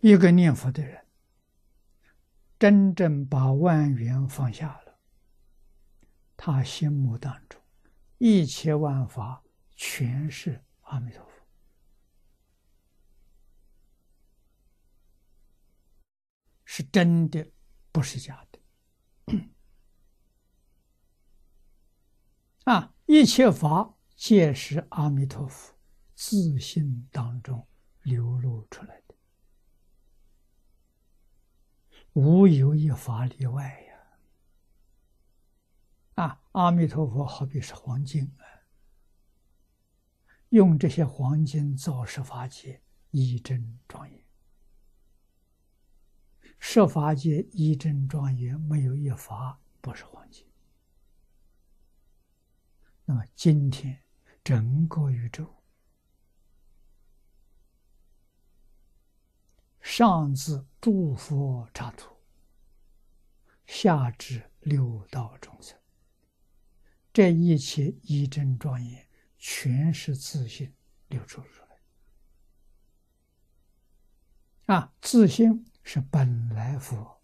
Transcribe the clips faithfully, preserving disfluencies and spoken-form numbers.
一个念佛的人，真正把万缘放下了，他心目当中一切万法全是阿弥陀佛，是真的，不是假的。啊，一切法皆是阿弥陀佛自性当中流露出来的，无有一法例外呀！啊，阿弥陀佛好比是黄金啊，用这些黄金造十法界，一真庄严。十法界一真庄严，没有一法不是黄金。那么今天整个宇宙，上至诸佛刹土，下至六道众生，这一切一真庄严，全是自性流出出来。啊，自性是本来佛，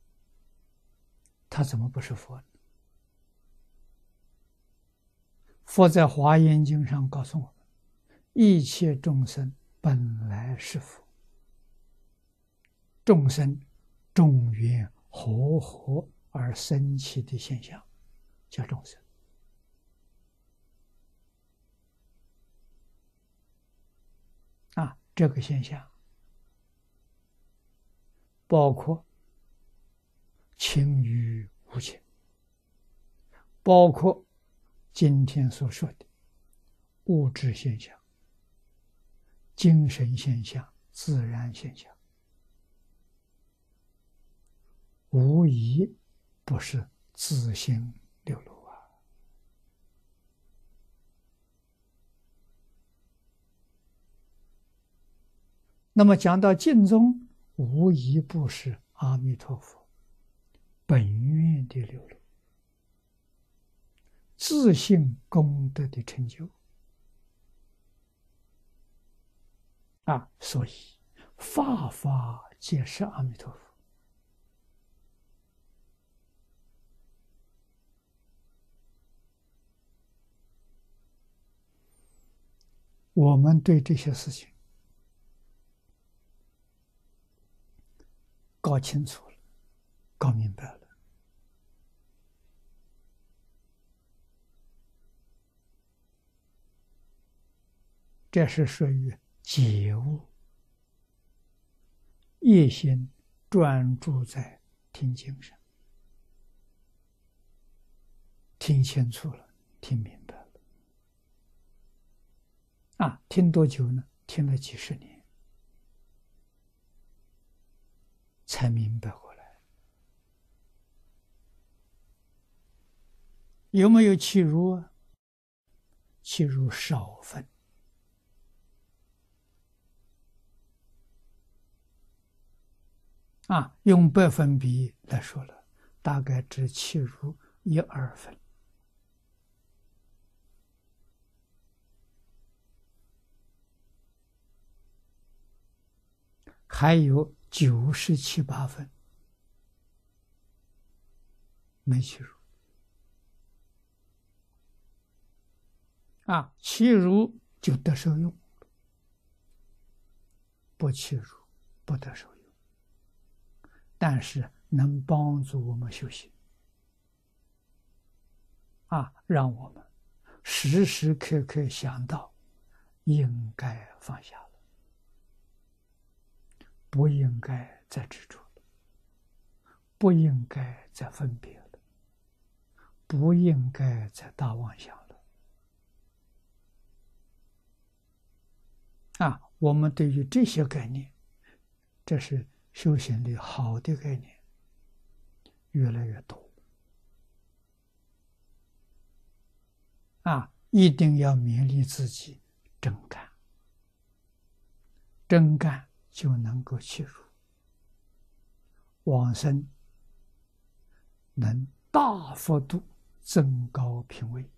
他怎么不是佛呢？佛在《华严经》上告诉我们，一切众生本来是佛，众生众缘和合而生起的现象叫众生。啊，这个现象包括情与无情，包括今天所说的物质现象、精神现象、自然现象，无疑不是自性流露啊。那么讲到净宗，无疑不是阿弥陀佛本愿的流露，自性功德的成就啊，所以法法皆是阿弥陀佛。我们对这些事情搞清楚了，搞明白了，这是属于觉悟，一心专注在听经上，听清楚了，听明白了。啊，听多久呢？听了几十年，才明白过来。有没有弃儒啊？弃儒少分。啊，用百分比来说了，大概只弃儒一二分。还有九十七八分没弃儒。啊，弃儒就得受用，不弃儒不得受用，但是能帮助我们修行。啊，让我们时时刻刻想到应该放下了，不应该再执着了，不应该再分别了，不应该再大妄想了。啊，我们对于这些概念，这是修行里好的概念，越来越多。啊，一定要勉励自己真干，真干就能够弃儒，往生能大幅度增高品位。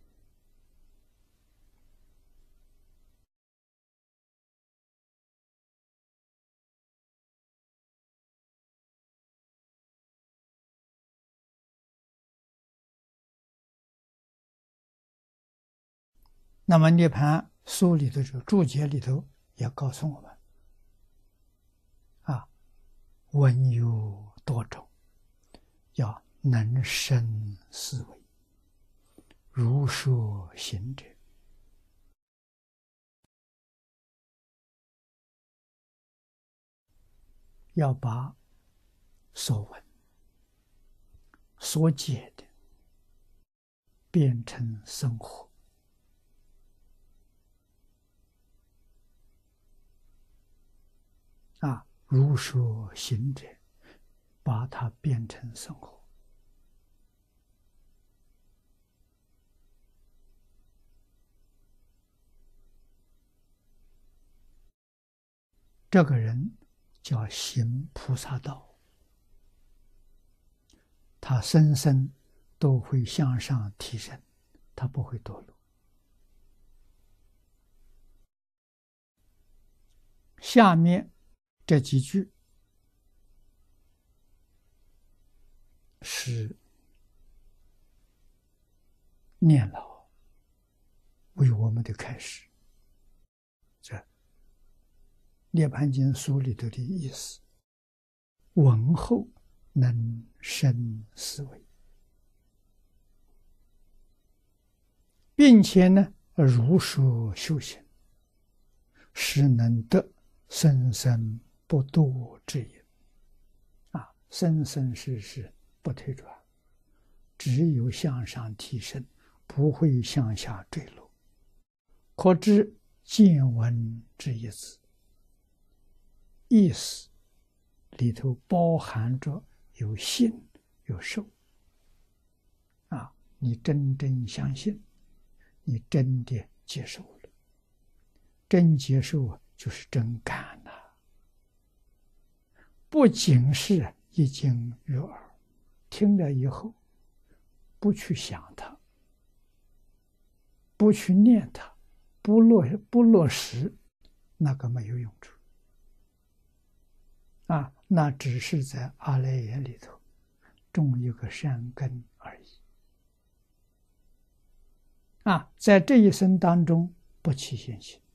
那么《涅槃书》里头这个注解里头也告诉我们，啊，文有多种，要能生思维，如说行者。要把所闻、所解的变成生活，啊，如说行者，把它变成生活。这个人叫行菩萨道，他生生都会向上提升，他不会堕落。下面这几句是念老为我们的开始，这《涅槃经》书里头的意思，闻后能生思维，并且呢，如说修行，使能得生生不堕之因。啊，生生世世不退转，只有向上提升，不会向下坠落。可知见闻之一字，意思里头包含着有信有受。啊，你真正相信，你真的接受了，真接受就是真感了。不仅是一经悦耳，听了以后不去想它，不去念它，不落不落实，那个没有用处。啊，那只是在阿赖耶里头种一个善根而已。啊，在这一生当中不起现行，